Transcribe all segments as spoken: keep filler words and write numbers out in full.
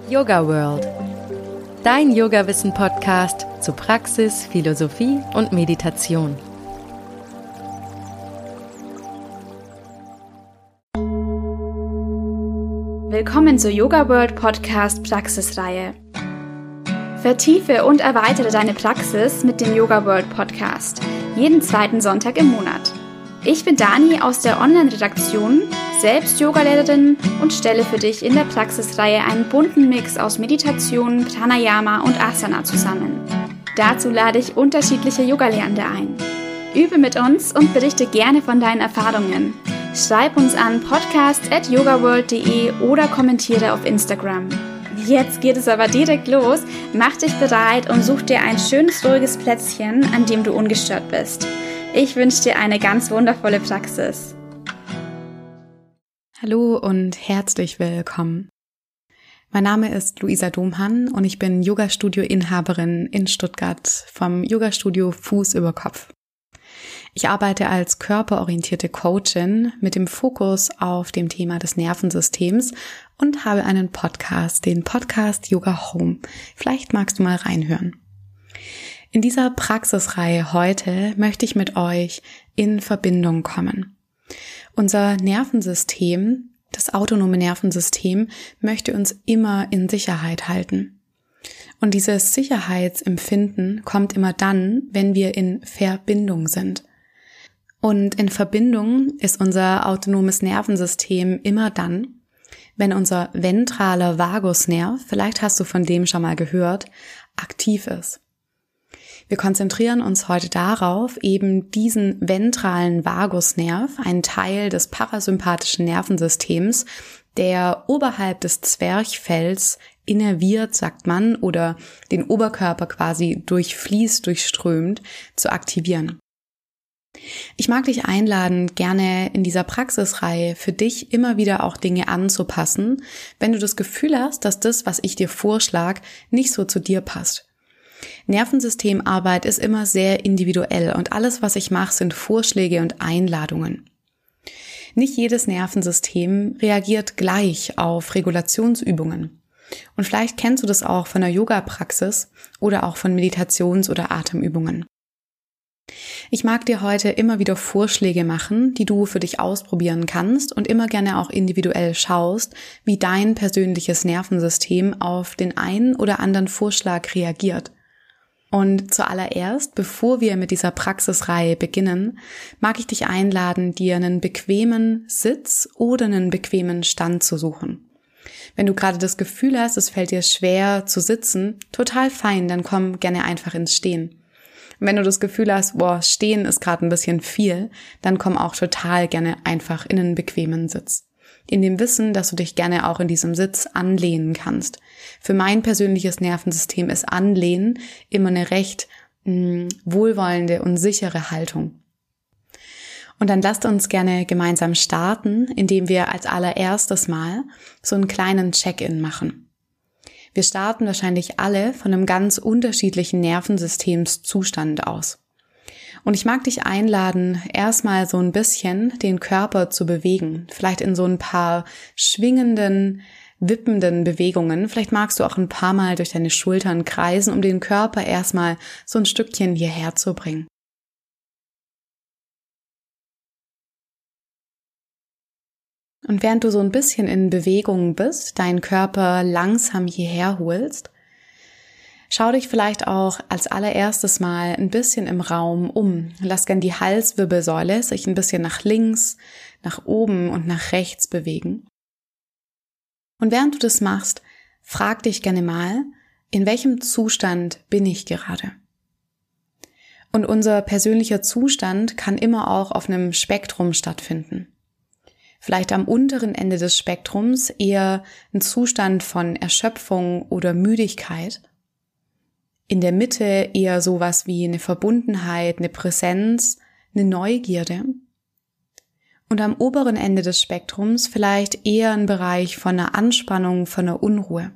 Yoga World. Dein Yoga-Wissen-Podcast zu Praxis, Philosophie und Meditation. Willkommen zur Yoga World Podcast Praxisreihe. Vertiefe und erweitere deine Praxis mit dem Yoga World Podcast. Jeden zweiten Sonntag im Monat. Ich bin Dani aus der Online-Redaktion, selbst Yogalehrerin und stelle für dich in der Praxisreihe einen bunten Mix aus Meditation, Pranayama und Asana zusammen. Dazu lade ich unterschiedliche Yogalehrende ein. Übe mit uns und berichte gerne von deinen Erfahrungen. Schreib uns an podcast at yogaworld punkt de oder kommentiere auf Instagram. Jetzt geht es aber direkt los. Mach dich bereit und such dir ein schönes, ruhiges Plätzchen, an dem du ungestört bist. Ich wünsche dir eine ganz wundervolle Praxis. Hallo und herzlich willkommen. Mein Name ist Luisa Domhan und ich bin Yoga-Studio-Inhaberin in Stuttgart vom Yoga-Studio Fuß über Kopf. Ich arbeite als körperorientierte Coachin mit dem Fokus auf dem Thema des Nervensystems und habe einen Podcast, den Podcast Yoga Home. Vielleicht magst du mal reinhören. In dieser Praxisreihe heute möchte ich mit euch in Verbindung kommen. Unser Nervensystem, das autonome Nervensystem, möchte uns immer in Sicherheit halten. Und dieses Sicherheitsempfinden kommt immer dann, wenn wir in Verbindung sind. Und in Verbindung ist unser autonomes Nervensystem immer dann, wenn unser ventraler Vagusnerv, vielleicht hast du von dem schon mal gehört, aktiv ist. Wir konzentrieren uns heute darauf, eben diesen ventralen Vagusnerv, einen Teil des parasympathischen Nervensystems, der oberhalb des Zwerchfells innerviert, sagt man, oder den Oberkörper quasi durchfließt, durchströmt, zu aktivieren. Ich mag dich einladen, gerne in dieser Praxisreihe für dich immer wieder auch Dinge anzupassen, wenn du das Gefühl hast, dass das, was ich dir vorschlage, nicht so zu dir passt. Nervensystemarbeit ist immer sehr individuell und alles, was ich mache, sind Vorschläge und Einladungen. Nicht jedes Nervensystem reagiert gleich auf Regulationsübungen. Und vielleicht kennst du das auch von der Yoga-Praxis oder auch von Meditations- oder Atemübungen. Ich mag dir heute immer wieder Vorschläge machen, die du für dich ausprobieren kannst und immer gerne auch individuell schaust, wie dein persönliches Nervensystem auf den einen oder anderen Vorschlag reagiert. Und zuallererst, bevor wir mit dieser Praxisreihe beginnen, mag ich dich einladen, dir einen bequemen Sitz oder einen bequemen Stand zu suchen. Wenn du gerade das Gefühl hast, es fällt dir schwer zu sitzen, total fein, dann komm gerne einfach ins Stehen. Und wenn du das Gefühl hast, boah, Stehen ist gerade ein bisschen viel, dann komm auch total gerne einfach in einen bequemen Sitz. In dem Wissen, dass du dich gerne auch in diesem Sitz anlehnen kannst. Für mein persönliches Nervensystem ist Anlehnen immer eine recht mh, wohlwollende und sichere Haltung. Und dann lasst uns gerne gemeinsam starten, indem wir als allererstes Mal so einen kleinen Check-in machen. Wir starten wahrscheinlich alle von einem ganz unterschiedlichen Nervensystemszustand aus. Und ich mag dich einladen, erstmal so ein bisschen den Körper zu bewegen. Vielleicht in so ein paar schwingenden, wippenden Bewegungen. Vielleicht magst du auch ein paar Mal durch deine Schultern kreisen, um den Körper erstmal so ein Stückchen hierher zu bringen. Und während du so ein bisschen in Bewegung bist, deinen Körper langsam hierher holst, schau dich vielleicht auch als allererstes mal ein bisschen im Raum um. Lass gern die Halswirbelsäule sich ein bisschen nach links, nach oben und nach rechts bewegen. Und während du das machst, frag dich gerne mal, in welchem Zustand bin ich gerade? Und unser persönlicher Zustand kann immer auch auf einem Spektrum stattfinden. Vielleicht am unteren Ende des Spektrums eher ein Zustand von Erschöpfung oder Müdigkeit. In der Mitte eher sowas wie eine Verbundenheit, eine Präsenz, eine Neugierde. Und am oberen Ende des Spektrums vielleicht eher ein Bereich von einer Anspannung, von einer Unruhe.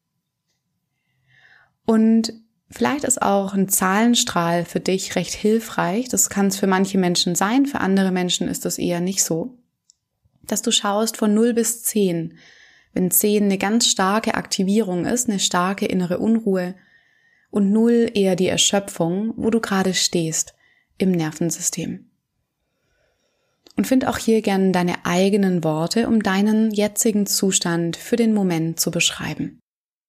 Und vielleicht ist auch ein Zahlenstrahl für dich recht hilfreich. Das kann es für manche Menschen sein, für andere Menschen ist das eher nicht so. Dass du schaust von null bis zehn. wenn zehn eine ganz starke Aktivierung ist, eine starke innere Unruhe und null eher die Erschöpfung, wo du gerade stehst im Nervensystem. Und find auch hier gern deine eigenen Worte, um deinen jetzigen Zustand für den Moment zu beschreiben.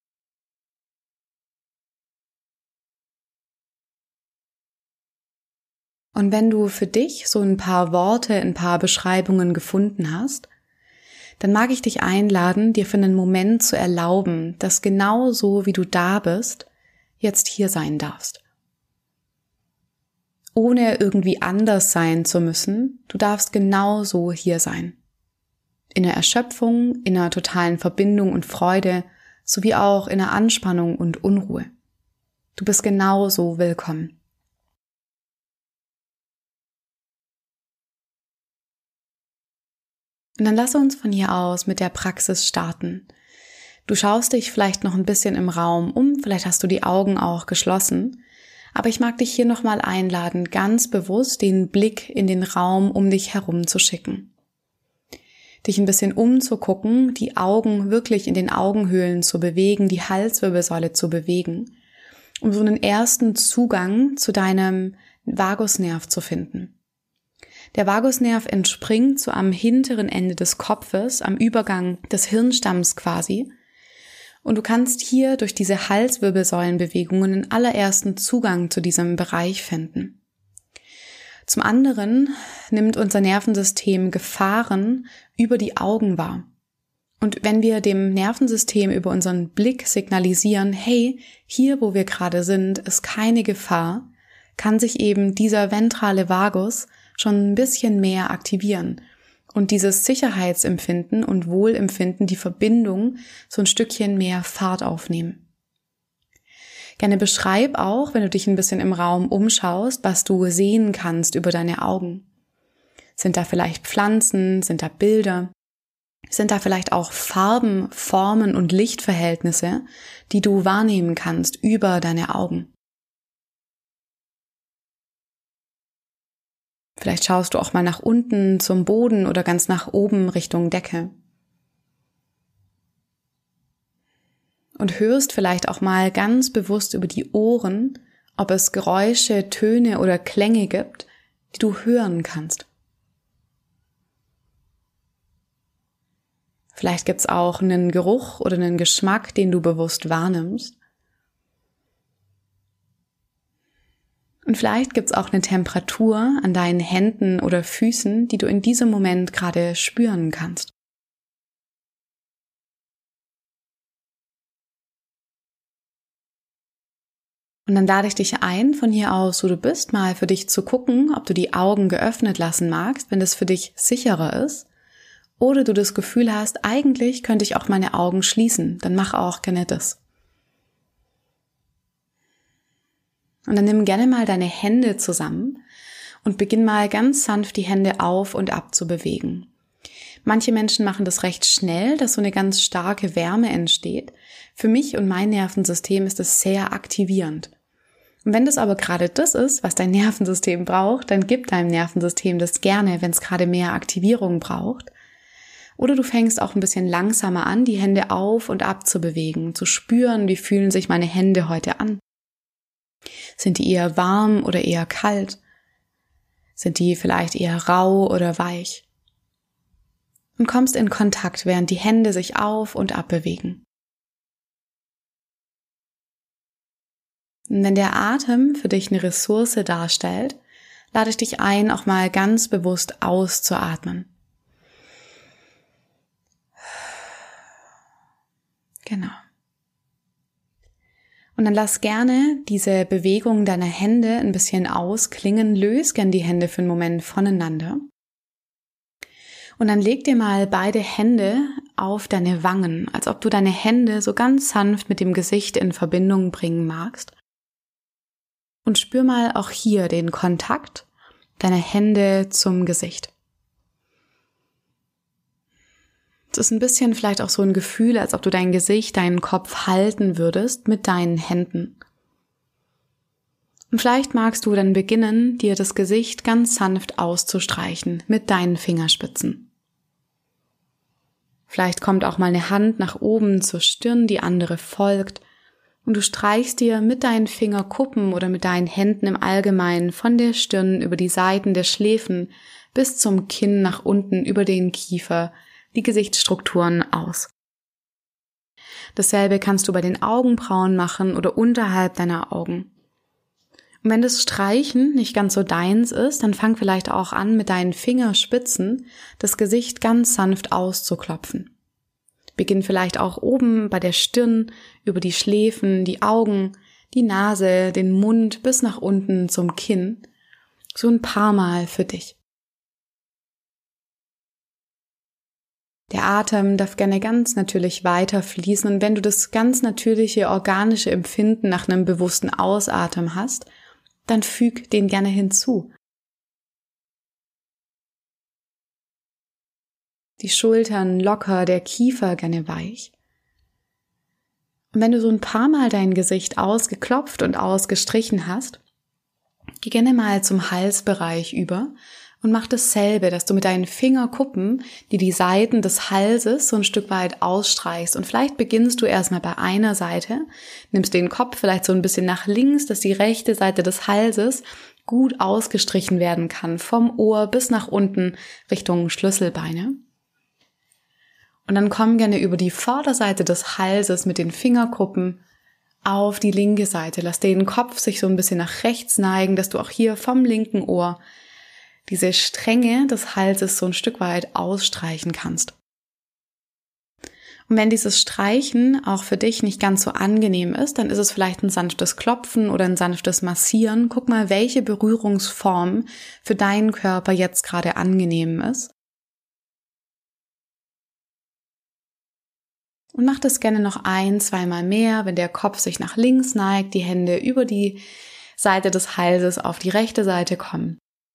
Und wenn du für dich so ein paar Worte, ein paar Beschreibungen gefunden hast, dann mag ich dich einladen, dir für einen Moment zu erlauben, dass genau so, wie du da bist, jetzt hier sein darfst. Ohne irgendwie anders sein zu müssen, du darfst genau so hier sein. In der Erschöpfung, in einer totalen Verbindung und Freude, sowie auch in der Anspannung und Unruhe. Du bist genau so willkommen. Und dann lass uns von hier aus mit der Praxis starten. Du schaust dich vielleicht noch ein bisschen im Raum um, vielleicht hast du die Augen auch geschlossen, aber ich mag dich hier nochmal einladen, ganz bewusst den Blick in den Raum um dich herum zu schicken. Dich ein bisschen umzugucken, die Augen wirklich in den Augenhöhlen zu bewegen, die Halswirbelsäule zu bewegen, um so einen ersten Zugang zu deinem Vagusnerv zu finden. Der Vagusnerv entspringt so am hinteren Ende des Kopfes, am Übergang des Hirnstamms quasi. Und du kannst hier durch diese Halswirbelsäulenbewegungen einen allerersten Zugang zu diesem Bereich finden. Zum anderen nimmt unser Nervensystem Gefahren über die Augen wahr. Und wenn wir dem Nervensystem über unseren Blick signalisieren, hey, hier wo wir gerade sind, ist keine Gefahr, kann sich eben dieser ventrale Vagus schon ein bisschen mehr aktivieren und dieses Sicherheitsempfinden und Wohlempfinden, die Verbindung, so ein Stückchen mehr Fahrt aufnehmen. Gerne beschreib auch, wenn du dich ein bisschen im Raum umschaust, was du sehen kannst über deine Augen. Sind da vielleicht Pflanzen, sind da Bilder, sind da vielleicht auch Farben, Formen und Lichtverhältnisse, die du wahrnehmen kannst über deine Augen. Vielleicht schaust du auch mal nach unten zum Boden oder ganz nach oben Richtung Decke. Und hörst vielleicht auch mal ganz bewusst über die Ohren, ob es Geräusche, Töne oder Klänge gibt, die du hören kannst. Vielleicht gibt's auch einen Geruch oder einen Geschmack, den du bewusst wahrnimmst. Und vielleicht gibt's auch eine Temperatur an deinen Händen oder Füßen, die du in diesem Moment gerade spüren kannst. Und dann lade ich dich ein, von hier aus, wo du bist, mal für dich zu gucken, ob du die Augen geöffnet lassen magst, wenn das für dich sicherer ist. Oder du das Gefühl hast, eigentlich könnte ich auch meine Augen schließen, dann mach auch gerne das. Und dann nimm gerne mal deine Hände zusammen und beginn mal ganz sanft die Hände auf und ab zu bewegen. Manche Menschen machen das recht schnell, dass so eine ganz starke Wärme entsteht. Für mich und mein Nervensystem ist das sehr aktivierend. Und wenn das aber gerade das ist, was dein Nervensystem braucht, dann gib deinem Nervensystem das gerne, wenn es gerade mehr Aktivierung braucht. Oder du fängst auch ein bisschen langsamer an, die Hände auf und ab zu bewegen, zu spüren, wie fühlen sich meine Hände heute an. Sind die eher warm oder eher kalt? Sind die vielleicht eher rau oder weich? Und kommst in Kontakt, während die Hände sich auf und ab bewegen. Und wenn der Atem für dich eine Ressource darstellt, lade ich dich ein, auch mal ganz bewusst auszuatmen. Genau. Und dann lass gerne diese Bewegung deiner Hände ein bisschen ausklingen, löse gern die Hände für einen Moment voneinander. Und dann leg dir mal beide Hände auf deine Wangen, als ob du deine Hände so ganz sanft mit dem Gesicht in Verbindung bringen magst. Und spür mal auch hier den Kontakt deiner Hände zum Gesicht. Es ist ein bisschen vielleicht auch so ein Gefühl, als ob du dein Gesicht, deinen Kopf halten würdest mit deinen Händen. Und vielleicht magst du dann beginnen, dir das Gesicht ganz sanft auszustreichen mit deinen Fingerspitzen. Vielleicht kommt auch mal eine Hand nach oben zur Stirn, die andere folgt. Und du streichst dir mit deinen Fingerkuppen oder mit deinen Händen im Allgemeinen von der Stirn über die Seiten der Schläfen bis zum Kinn nach unten über den Kiefer die Gesichtsstrukturen aus. Dasselbe kannst du bei den Augenbrauen machen oder unterhalb deiner Augen. Und wenn das Streichen nicht ganz so deins ist, dann fang vielleicht auch an, mit deinen Fingerspitzen das Gesicht ganz sanft auszuklopfen. Beginn vielleicht auch oben bei der Stirn, über die Schläfen, die Augen, die Nase, den Mund bis nach unten zum Kinn. So ein paar Mal für dich. Der Atem darf gerne ganz natürlich weiter fließen und wenn du das ganz natürliche organische Empfinden nach einem bewussten Ausatmen hast, dann füg den gerne hinzu. Die Schultern locker, der Kiefer gerne weich. Und wenn du so ein paar Mal dein Gesicht ausgeklopft und ausgestrichen hast, geh gerne mal zum Halsbereich über und mach dasselbe, dass du mit deinen Fingerkuppen, die die Seiten des Halses so ein Stück weit ausstreichst. Und vielleicht beginnst du erstmal bei einer Seite, nimmst den Kopf vielleicht so ein bisschen nach links, dass die rechte Seite des Halses gut ausgestrichen werden kann, vom Ohr bis nach unten Richtung Schlüsselbeine. Und dann komm gerne über die Vorderseite des Halses mit den Fingerkuppen auf die linke Seite. Lass den Kopf sich so ein bisschen nach rechts neigen, dass du auch hier vom linken Ohr diese Stränge des Halses so ein Stück weit ausstreichen kannst. Und wenn dieses Streichen auch für dich nicht ganz so angenehm ist, dann ist es vielleicht ein sanftes Klopfen oder ein sanftes Massieren. Guck mal, welche Berührungsform für deinen Körper jetzt gerade angenehm ist. Und mach das gerne noch ein, zweimal mehr, wenn der Kopf sich nach links neigt, die Hände über die Seite des Halses auf die rechte Seite kommen.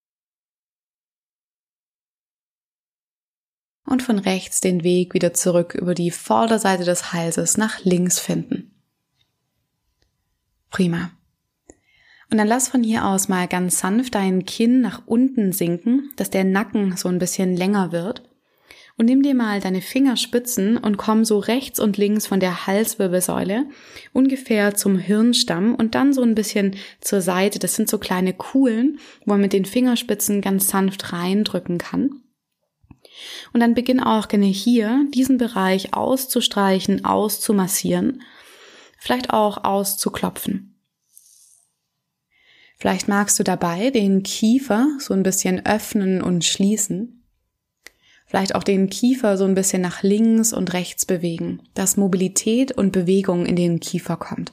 Und von rechts den Weg wieder zurück über die Vorderseite des Halses nach links finden. Prima. Und dann lass von hier aus mal ganz sanft dein Kinn nach unten sinken, dass der Nacken so ein bisschen länger wird. Und nimm dir mal deine Fingerspitzen und komm so rechts und links von der Halswirbelsäule ungefähr zum Hirnstamm und dann so ein bisschen zur Seite. Das sind so kleine Kuhlen, wo man mit den Fingerspitzen ganz sanft reindrücken kann. Und dann beginn auch gerne hier, diesen Bereich auszustreichen, auszumassieren, vielleicht auch auszuklopfen. Vielleicht magst du dabei den Kiefer so ein bisschen öffnen und schließen. Vielleicht auch den Kiefer so ein bisschen nach links und rechts bewegen, dass Mobilität und Bewegung in den Kiefer kommt.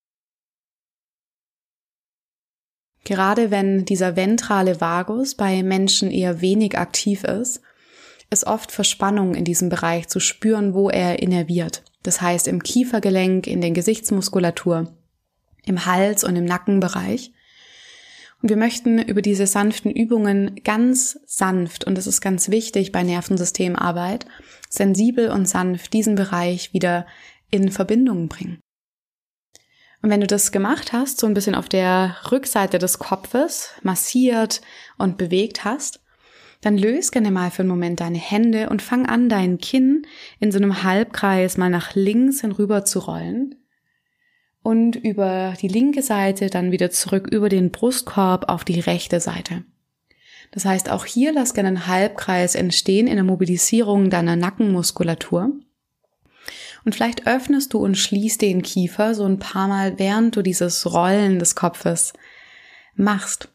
Gerade wenn dieser ventrale Vagus bei Menschen eher wenig aktiv ist, ist oft Verspannung in diesem Bereich zu spüren, wo er innerviert. Das heißt im Kiefergelenk, in der Gesichtsmuskulatur, im Hals und im Nackenbereich. Und wir möchten über diese sanften Übungen ganz sanft, und das ist ganz wichtig bei Nervensystemarbeit, sensibel und sanft diesen Bereich wieder in Verbindung bringen. Und wenn du das gemacht hast, so ein bisschen auf der Rückseite des Kopfes massiert und bewegt hast, dann löse gerne mal für einen Moment deine Hände und fang an, dein Kinn in so einem Halbkreis mal nach links hinüber zu rollen und über die linke Seite dann wieder zurück über den Brustkorb auf die rechte Seite. Das heißt, auch hier lass gerne einen Halbkreis entstehen in der Mobilisierung deiner Nackenmuskulatur. Und vielleicht öffnest du und schließt den Kiefer so ein paar Mal, während du dieses Rollen des Kopfes machst.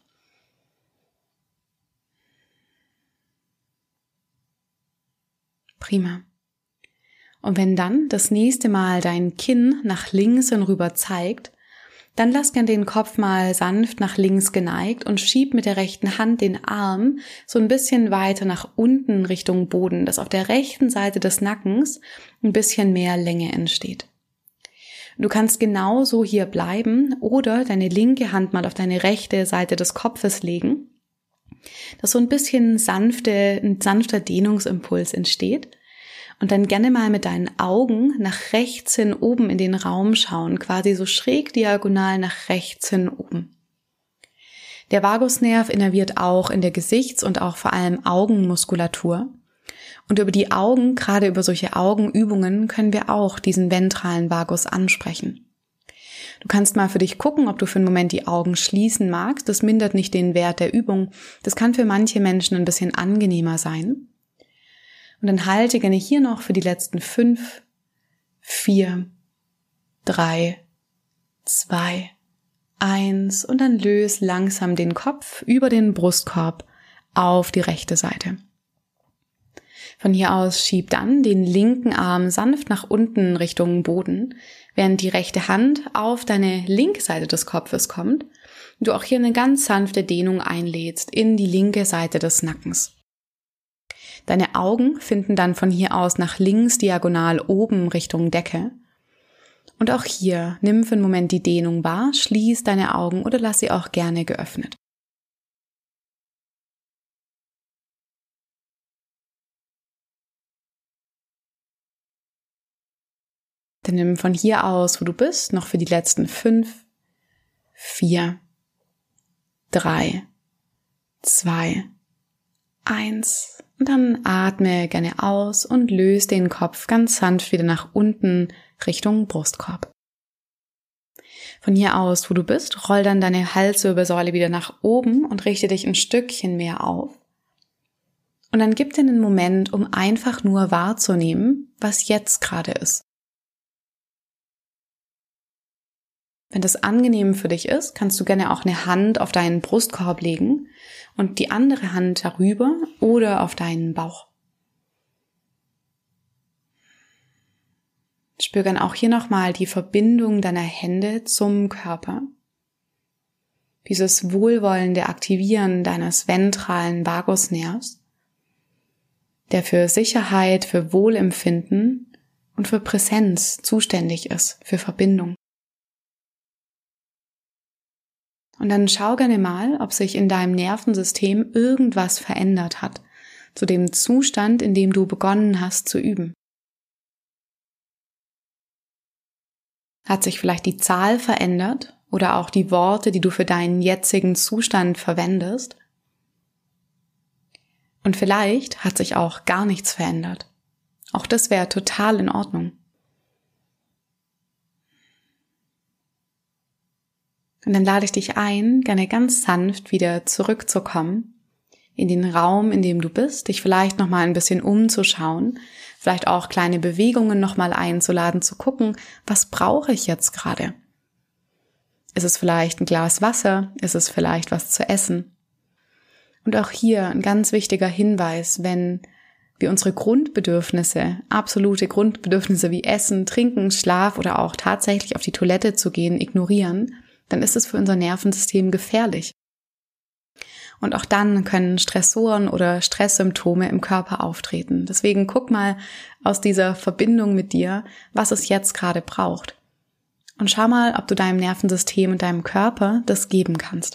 Prima. Und wenn dann das nächste Mal dein Kinn nach links hinüber zeigt, dann lass gern den Kopf mal sanft nach links geneigt und schieb mit der rechten Hand den Arm so ein bisschen weiter nach unten Richtung Boden, dass auf der rechten Seite des Nackens ein bisschen mehr Länge entsteht. Du kannst genauso hier bleiben oder deine linke Hand mal auf deine rechte Seite des Kopfes legen, dass so ein bisschen sanfte, ein sanfter Dehnungsimpuls entsteht. Und dann gerne mal mit deinen Augen nach rechts hin oben in den Raum schauen, quasi so schräg diagonal nach rechts hin oben. Der Vagusnerv innerviert auch in der Gesichts- und auch vor allem Augenmuskulatur. Und über die Augen, gerade über solche Augenübungen, können wir auch diesen ventralen Vagus ansprechen. Du kannst mal für dich gucken, ob du für einen Moment die Augen schließen magst. Das mindert nicht den Wert der Übung. Das kann für manche Menschen ein bisschen angenehmer sein. Und dann halte gerne hier noch für die letzten fünf, vier, drei, zwei, eins und dann löse langsam den Kopf über den Brustkorb auf die rechte Seite. Von hier aus schieb dann den linken Arm sanft nach unten Richtung Boden, während die rechte Hand auf deine linke Seite des Kopfes kommt und du auch hier eine ganz sanfte Dehnung einlädst in die linke Seite des Nackens. Deine Augen finden dann von hier aus nach links diagonal oben Richtung Decke. Und auch hier nimm für einen Moment die Dehnung wahr, schließ deine Augen oder lass sie auch gerne geöffnet. Dann nimm von hier aus, wo du bist, noch für die letzten fünf, vier, drei, zwei, eins und dann atme gerne aus und löse den Kopf ganz sanft wieder nach unten Richtung Brustkorb. Von hier aus, wo du bist, roll dann deine Halswirbelsäule wieder nach oben und richte dich ein Stückchen mehr auf. Und dann gib dir einen Moment, um einfach nur wahrzunehmen, was jetzt gerade ist. Wenn das angenehm für dich ist, kannst du gerne auch eine Hand auf deinen Brustkorb legen und die andere Hand darüber oder auf deinen Bauch. Spür gerne auch hier nochmal die Verbindung deiner Hände zum Körper. Dieses wohlwollende Aktivieren deines ventralen Vagusnervs, der für Sicherheit, für Wohlempfinden und für Präsenz zuständig ist, für Verbindung. Und dann schau gerne mal, ob sich in deinem Nervensystem irgendwas verändert hat, zu dem Zustand, in dem du begonnen hast zu üben. Hat sich vielleicht die Zahl verändert oder auch die Worte, die du für deinen jetzigen Zustand verwendest? Und vielleicht hat sich auch gar nichts verändert. Auch das wäre total in Ordnung. Und dann lade ich dich ein, gerne ganz sanft wieder zurückzukommen in den Raum, in dem du bist, dich vielleicht nochmal ein bisschen umzuschauen, vielleicht auch kleine Bewegungen nochmal einzuladen, zu gucken, was brauche ich jetzt gerade? Ist es vielleicht ein Glas Wasser? Ist es vielleicht was zu essen? Und auch hier ein ganz wichtiger Hinweis, wenn wir unsere Grundbedürfnisse, absolute Grundbedürfnisse wie Essen, Trinken, Schlaf oder auch tatsächlich auf die Toilette zu gehen, ignorieren, dann ist es für unser Nervensystem gefährlich. Und auch dann können Stressoren oder Stresssymptome im Körper auftreten. Deswegen guck mal aus dieser Verbindung mit dir, was es jetzt gerade braucht. Und schau mal, ob du deinem Nervensystem und deinem Körper das geben kannst.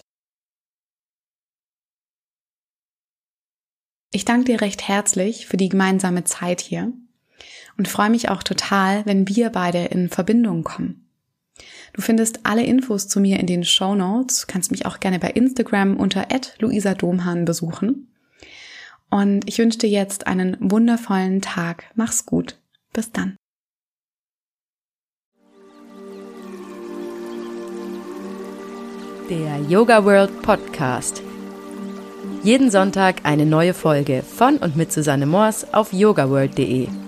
Ich danke dir recht herzlich für die gemeinsame Zeit hier und freue mich auch total, wenn wir beide in Verbindung kommen. Du findest alle Infos zu mir in den Shownotes, kannst mich auch gerne bei Instagram unter at luisa domhahn besuchen. Und ich wünsche dir jetzt einen wundervollen Tag. Mach's gut. Bis dann. Der Yoga World Podcast. Jeden Sonntag eine neue Folge von und mit Susanne Moors auf yoga world punkt de.